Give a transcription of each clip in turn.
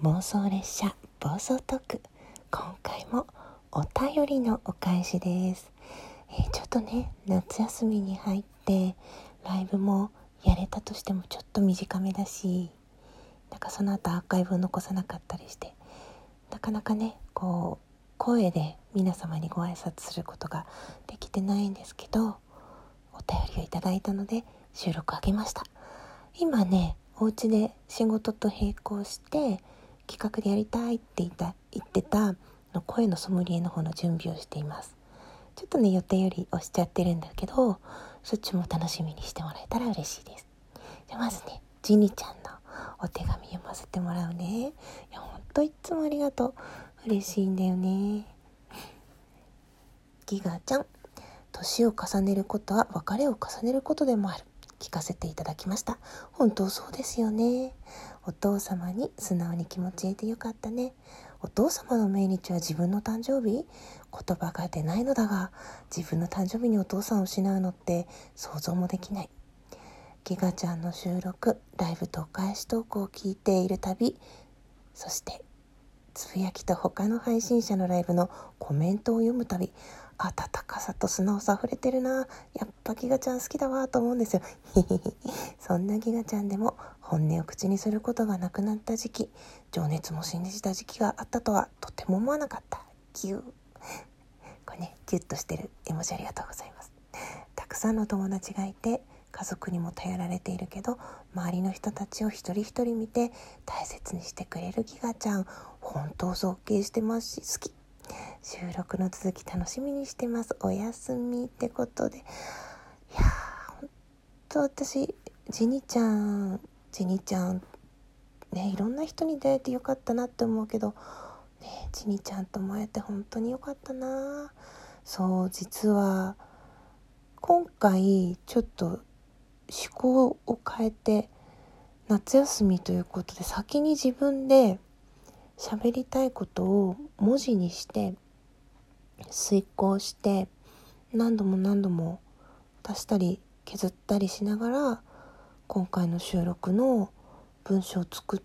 妄想列車暴走トーク、今回もお便りのお返しです。ちょっとね、夏休みに入ってライブもやれたとしてもちょっと短めだし、その後アーカイブを残さなかったりして、なかなかね声で皆様にご挨拶することができてないんですけど、お便りをいただいたので収録あげました。今ね、お家で仕事と並行して企画でやりたいって言ってた声のソムリエの方の準備をしています。ちょっとね、予定より押しちゃってるんだけど、そっちも楽しみにしてもらえたら嬉しいです。じゃあまずね、ジニちゃんのお手紙読ませてもらうね。ほんといつもありがとう。嬉しいんだよね。ギガちゃん、年を重ねることは別れを重ねることでもある。聞かせていただきました。本当そうですよね。お父様に素直に気持ち入れてよかったね。お父様の命日は自分の誕生日？言葉が出ないのだが、自分の誕生日にお父さんを失うのって想像もできない。ギガちゃんの収録、ライブとお返しトークを聞いているたび、そしてつぶやきと他の配信者のライブのコメントを読むたび、温かさと素直さ溢れてるな、やっぱギガちゃん好きだわと思うんですよ。そんなギガちゃんでも本音を口にすることがなくなった時期、情熱も死んでした時期があったとはとても思わなかった。キュー。これね、キュッとしてる絵文字ありがとうございます。たくさんの友達がいて、家族にも頼られているけど、周りの人たちを一人一人見て大切にしてくれるギガちゃん、本当尊敬してますし好き。収録の続き楽しみにしてます。おやすみってことで、いやー、本当私ジニちゃんね、いろんな人に出会えてよかったなって思うけどね、ジニちゃんとも会えて本当によかったな。そう、実は今回ちょっと思考を変えて、夏休みということで先に自分で喋りたいことを文字にして遂行して、何度も足したり削ったりしながら今回の収録の文章を作って、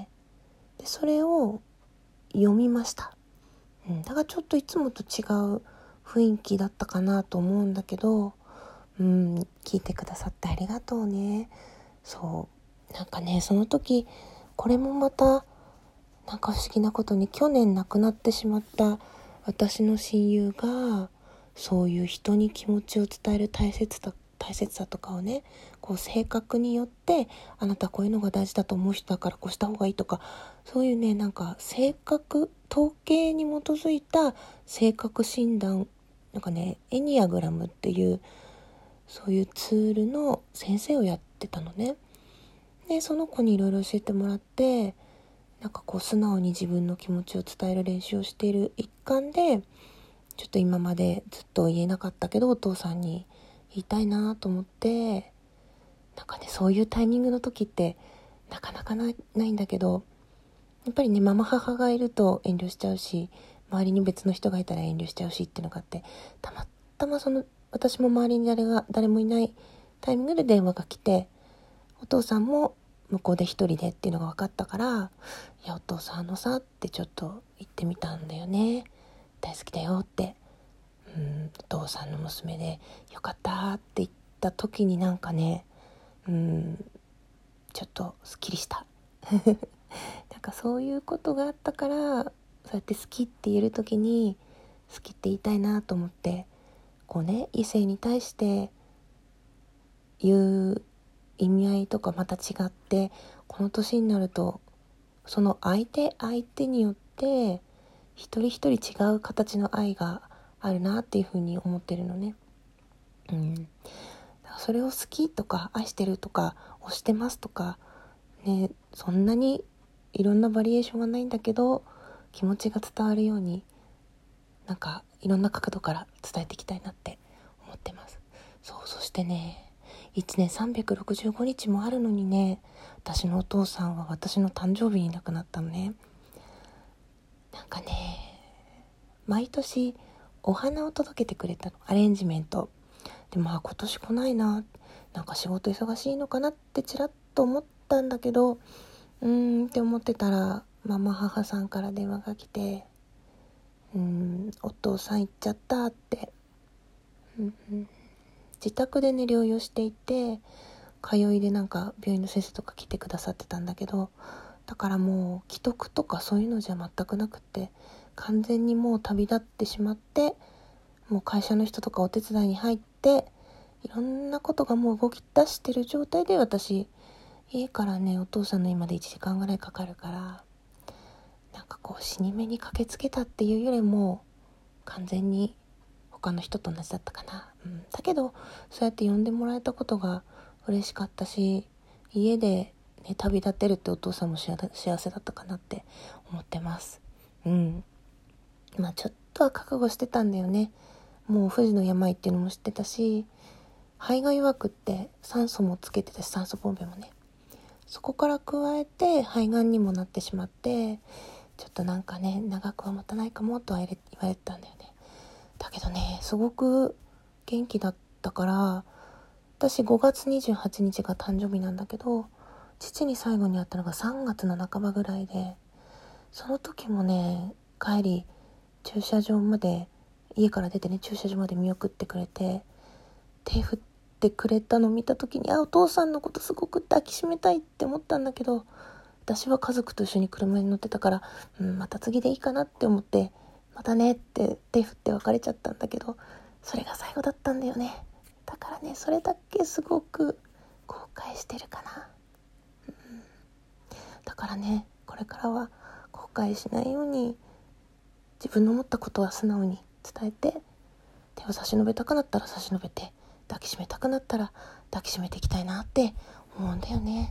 でそれを読みました。だからちょっといつもと違う雰囲気だったかなと思うんだけど、聞いてくださってありがとうね。そうね、その時これもまた不思議なことに、去年亡くなってしまった私の親友がそういう人に気持ちを伝える大切さとかをね、性格によって、あなたこういうのが大事だと思う人だからこうした方がいいとか、そういうね、性格統計に基づいた性格診断、エニアグラムっていうそういうツールの先生をやってたのね。でその子にいろいろ教えてもらって、素直に自分の気持ちを伝える練習をしている一環で、ちょっと今までずっと言えなかったけどお父さんに言いたいなと思って、そういうタイミングの時ってなかなかないんだけど、やっぱりね、ママ母がいると遠慮しちゃうし、周りに別の人がいたら遠慮しちゃうしっていうのがあって、たまたま私も周りに誰もいないタイミングで電話が来て、お父さんも向こうで一人でっていうのが分かったから、いやお父さんさってちょっと言ってみたんだよね。大好きだよって、お父さんの娘でよかったって言った時にちょっとすっきりしたそういうことがあったから、そうやって好きって言える時に好きって言いたいなと思って、異性に対して言う意味合いとかまた違って、この年になるとその相手によって一人一人違う形の愛があるなっていうふうに思ってるのね。それを好きとか愛してるとか推してますとかね、そんなにいろんなバリエーションはないんだけど、気持ちが伝わるようにいろんな角度から伝えていきたいなって思ってます。そしてね、1年365日もあるのにね、私のお父さんは私の誕生日に亡くなったのね。毎年お花を届けてくれたの、アレンジメントで。今年来ないな、仕事忙しいのかなってちらっと思ったんだけどって思ってたら、 ママ母さんから電話が来て、お父さん行っちゃったって、自宅でね療養していて、通いでなんか病院の先生とか来てくださってたんだけど、だからもう既得とかそういうのじゃ全くなくて、完全にもう旅立ってしまって、もう会社の人とかお手伝いに入って、いろんなことがもう動き出してる状態で、私家からねお父さんの家まで1時間ぐらいかかるから、なんかこう死に目に駆けつけたっていうよりも完全に他の人と同じだったかな、だけどそうやって呼んでもらえたことが嬉しかったし、家で、ね、旅立てるってお父さんも幸せだったかなって思ってます。まあちょっとは覚悟してたんだよね。もう不治の病っていうのも知ってたし、肺が弱くって酸素もつけてたし、酸素ボンベもね、そこから加えて肺がんにもなってしまって、ちょっとなんかね長くは持たないかもとは言われてたんだよね。だけどねすごく元気だったから、私5月28日が誕生日なんだけど、父に最後に会ったのが3月の半ばぐらいで、その時もね帰り駐車場まで、家から出てね駐車場まで見送ってくれて、手振ってくれたのを見た時に、お父さんのことすごく抱きしめたいって思ったんだけど、私は家族と一緒に車に乗ってたから、また次でいいかなって思って、またねって手振って別れちゃったんだけど、それが最後だったんだよね。だからねそれだけすごく後悔してるかな。だからねこれからは後悔しないように、自分の思ったことは素直に伝えて、手を差し伸べたくなったら差し伸べて、抱きしめたくなったら抱きしめていきたいなって思うんだよね。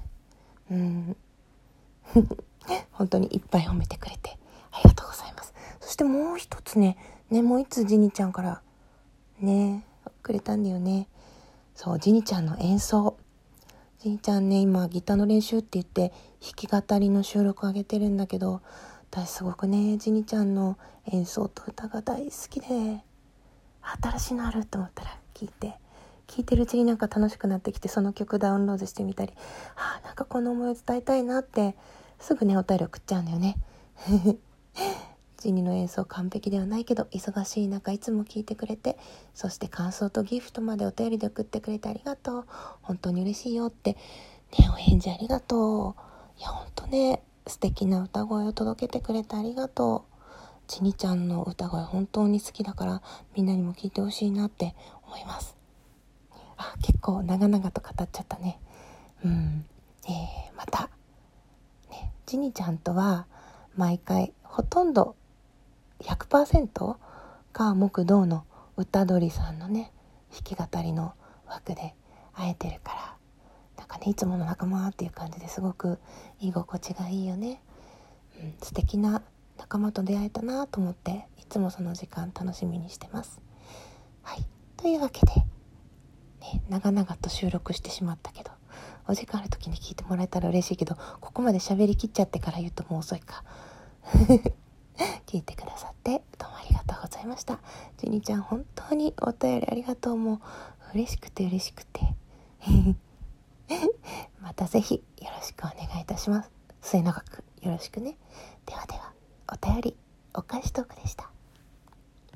本当にいっぱい褒めてくれてありがとうございます。そしてもう一つねもう一つジニちゃんからねくれたんだよね。そう、ジニちゃんの演奏。ジニちゃんね今ギターの練習って言って弾き語りの収録を上げてるんだけど、私すごくねジニちゃんの演奏と歌が大好きで、新しいのあると思ったら聞いてるうちになんか楽しくなってきて、その曲ダウンロードしてみたり、なんかこの思いを伝えたいなってすぐねお便り送っちゃうんだよね。ジニの演奏完璧ではないけど忙しい中いつも聞いてくれて、そして感想とギフトまでお便りで送ってくれてありがとう、本当に嬉しいよってね、お返事ありがとう。いや本当ね素敵な歌声を届けてくれてありがとう。ジニちゃんの歌声本当に好きだから、みんなにも聞いてほしいなって思います。結構長々と語っちゃったね。またねジニちゃんとは毎回ほとんど 100% が木道の歌鳥さんのね弾き語りの枠で会えてるから、なんかねいつもの仲間っていう感じですごく居心地がいいよね。素敵な仲間と出会えたなと思って、いつもその時間楽しみにしてます。というわけで、長々と収録してしまったけど、お時間ある時に聞いてもらえたら嬉しいけど、ここまで喋りきっちゃってから言うともう遅いか。聞いてくださってどうもありがとうございました。ジニちゃん本当にお便りありがとう。もう嬉しくてまたぜひよろしくお願いいたします。末永くよろしくね。ではでは、お便りお返しトークでした。